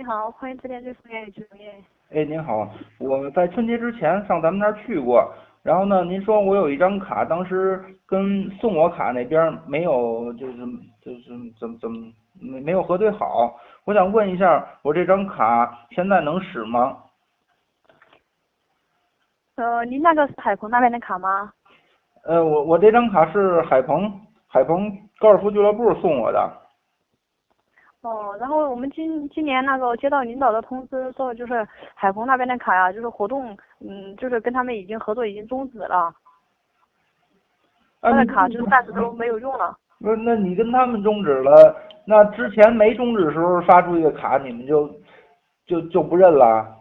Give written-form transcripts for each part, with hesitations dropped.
好，欢迎致电最富言语职业。 哎，您好，我在春节之前上咱们那儿去过，然后呢，您说我有一张卡，当时跟送我卡那边儿没有，就是怎么没有核对好，我想问一下，我这张卡现在能使吗？ 您那个是海鹏那边的卡吗？ 我这张卡是海鹏高尔夫俱乐部送我的。 哦，然后我们今年那个接到领导的通知说，就是海鹏那边的卡呀，就是活动，就是跟他们已经合作已经终止了，他的卡就是暂时都没有用了。 不是，那你跟他们终止了，那之前没终止的时候发出一个卡，你们就不认了？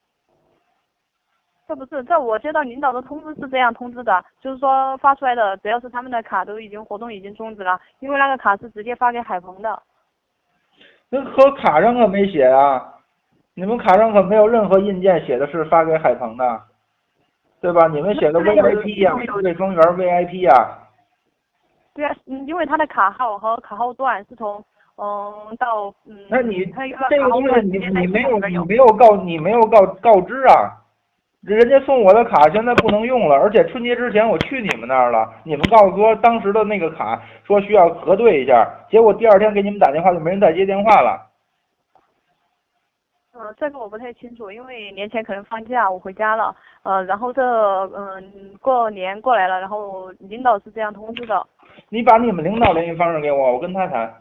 这不是，这我接到领导的通知是这样通知的，就是说发出来的只要是他们的卡都已经活动已经终止了，因为那个卡是直接发给海鹏的。 那和卡上可没写啊，你们卡上可没有任何印件写的是发给海鹏的，对吧？你们写的 VIP 呀，卫生员 VIP 呀。 对啊，因为他的卡号和卡号段是从到那你他一个这个东西卡号段你没有告知啊？人家送我的卡现在不能用了，而且春节之前我去你们那儿了，你们告诉说当时的那个卡说需要核对一下，结果第二天给你们打电话就没人再接电话了。 这个我不太清楚，因为年前可能放假我回家了，然后过年过来了，然后领导是这样通知的。 你把你们领导联系方式给我，我跟他谈。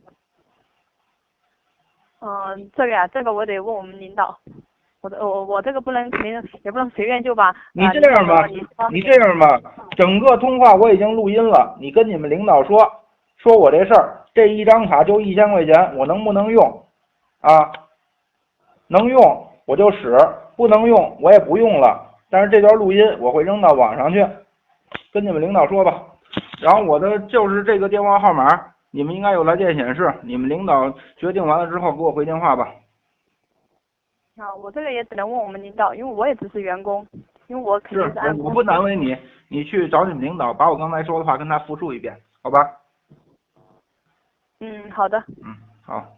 这个我得问我们领导，我这个不能也不能随便就把。 你这样吧，整个通话我已经录音了，你跟你们领导说我这事儿，这一张卡就1000块钱，我能不能用？啊，能用我就使，不能用我也不用了。但是这段录音我会扔到网上去，跟你们领导说吧。然后我的就是这个电话号码，你们应该有来电显示，你们领导决定完了之后给我回电话吧。 我这个也只能问我们领导，因为我也只是员工，因为我肯定是按我不难为你，你去找你们领导，把我刚才说的话跟他复述一遍，好吧？ 好的。 好。